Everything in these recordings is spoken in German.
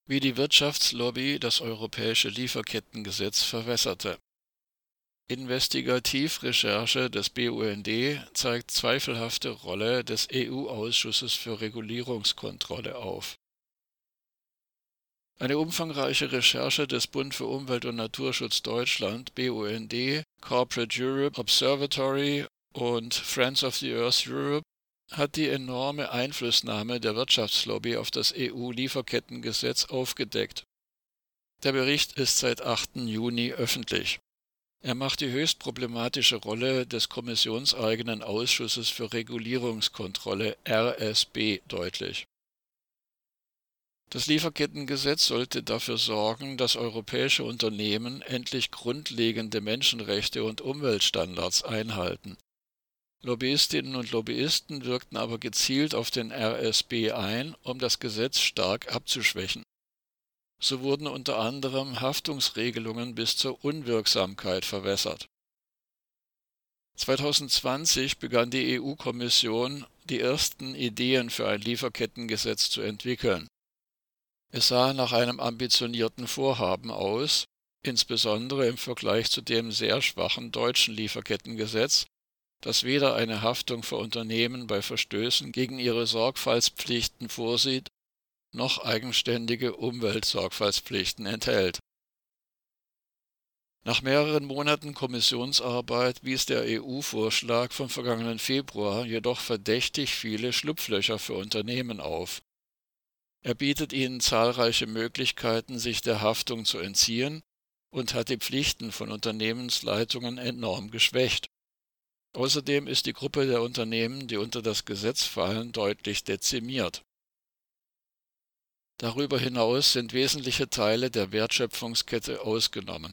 Wie die Wirtschaftslobby das europäische Lieferkettengesetz verwässerte. Investigativrecherche des BUND zeigt zweifelhafte Rolle des EU-Ausschusses für Regulierungskontrolle auf. Eine umfangreiche Recherche des Bund für Umwelt und Naturschutz Deutschland (BUND), Corporate Europe Observatory und Friends of the Earth Europe hat die enorme Einflussnahme der Wirtschaftslobby auf das EU-Lieferkettengesetz aufgedeckt. Der Bericht ist seit 8. Juni öffentlich. Er macht die höchst problematische Rolle des kommissionseigenen Ausschusses für Regulierungskontrolle (RSB) deutlich. Das Lieferkettengesetz sollte dafür sorgen, dass europäische Unternehmen endlich grundlegende Menschenrechte und Umweltstandards einhalten. Lobbyistinnen und Lobbyisten wirkten aber gezielt auf den RSB ein, um das Gesetz stark abzuschwächen. So wurden unter anderem Haftungsregelungen bis zur Unwirksamkeit verwässert. 2020 begann die EU-Kommission, die ersten Ideen für ein Lieferkettengesetz zu entwickeln. Es sah nach einem ambitionierten Vorhaben aus, insbesondere im Vergleich zu dem sehr schwachen deutschen Lieferkettengesetz, das weder eine Haftung für Unternehmen bei Verstößen gegen ihre Sorgfaltspflichten vorsieht, noch eigenständige Umweltsorgfaltspflichten enthält. Nach mehreren Monaten Kommissionsarbeit wies der EU-Vorschlag vom vergangenen Februar jedoch verdächtig viele Schlupflöcher für Unternehmen auf. Er bietet ihnen zahlreiche Möglichkeiten, sich der Haftung zu entziehen und hat die Pflichten von Unternehmensleitungen enorm geschwächt. Außerdem ist die Gruppe der Unternehmen, die unter das Gesetz fallen, deutlich dezimiert. Darüber hinaus sind wesentliche Teile der Wertschöpfungskette ausgenommen.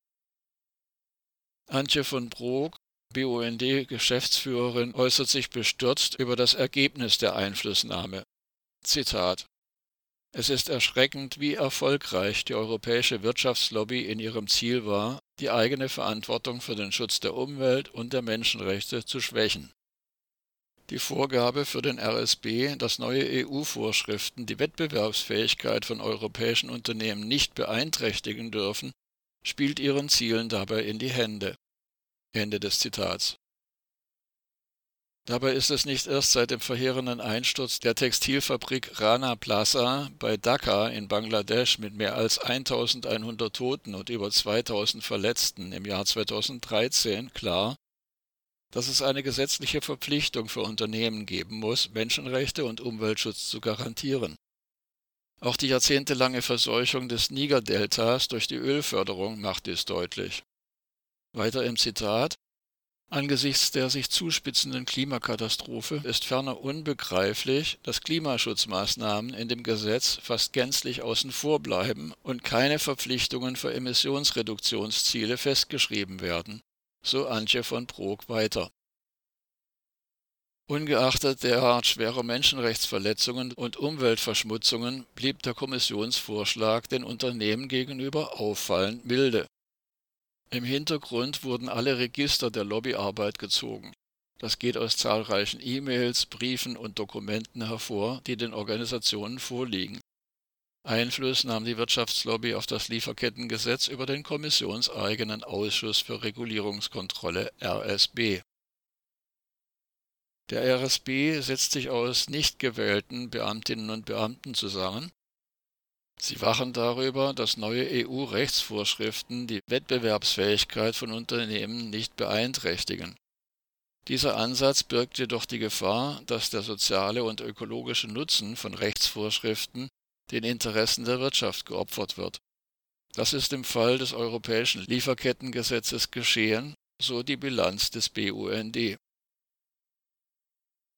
Antje von Brok, BUND-Geschäftsführerin, äußert sich bestürzt über das Ergebnis der Einflussnahme. Zitat: Es ist erschreckend, wie erfolgreich die europäische Wirtschaftslobby in ihrem Ziel war, die eigene Verantwortung für den Schutz der Umwelt und der Menschenrechte zu schwächen. Die Vorgabe für den RSB, dass neue EU-Vorschriften die Wettbewerbsfähigkeit von europäischen Unternehmen nicht beeinträchtigen dürfen, spielt ihren Zielen dabei in die Hände. Ende des Zitats. Dabei ist es nicht erst seit dem verheerenden Einsturz der Textilfabrik Rana Plaza bei Dhaka in Bangladesch mit mehr als 1100 Toten und über 2000 Verletzten im Jahr 2013 klar, dass es eine gesetzliche Verpflichtung für Unternehmen geben muss, Menschenrechte und Umweltschutz zu garantieren. Auch die jahrzehntelange Verseuchung des Niger-Deltas durch die Ölförderung macht dies deutlich. Weiter im Zitat: Angesichts der sich zuspitzenden Klimakatastrophe ist ferner unbegreiflich, dass Klimaschutzmaßnahmen in dem Gesetz fast gänzlich außen vor bleiben und keine Verpflichtungen für Emissionsreduktionsziele festgeschrieben werden, so Antje von Brok weiter. Ungeachtet derart schwerer Menschenrechtsverletzungen und Umweltverschmutzungen blieb der Kommissionsvorschlag den Unternehmen gegenüber auffallend milde. Im Hintergrund wurden alle Register der Lobbyarbeit gezogen. Das geht aus zahlreichen E-Mails, Briefen und Dokumenten hervor, die den Organisationen vorliegen. Einfluss nahm die Wirtschaftslobby auf das Lieferkettengesetz über den kommissionseigenen Ausschuss für Regulierungskontrolle (RSB). Der RSB setzt sich aus nicht gewählten Beamtinnen und Beamten zusammen. Sie wachen darüber, dass neue EU-Rechtsvorschriften die Wettbewerbsfähigkeit von Unternehmen nicht beeinträchtigen. Dieser Ansatz birgt jedoch die Gefahr, dass der soziale und ökologische Nutzen von Rechtsvorschriften den Interessen der Wirtschaft geopfert wird. Das ist im Fall des europäischen Lieferkettengesetzes geschehen, so die Bilanz des BUND.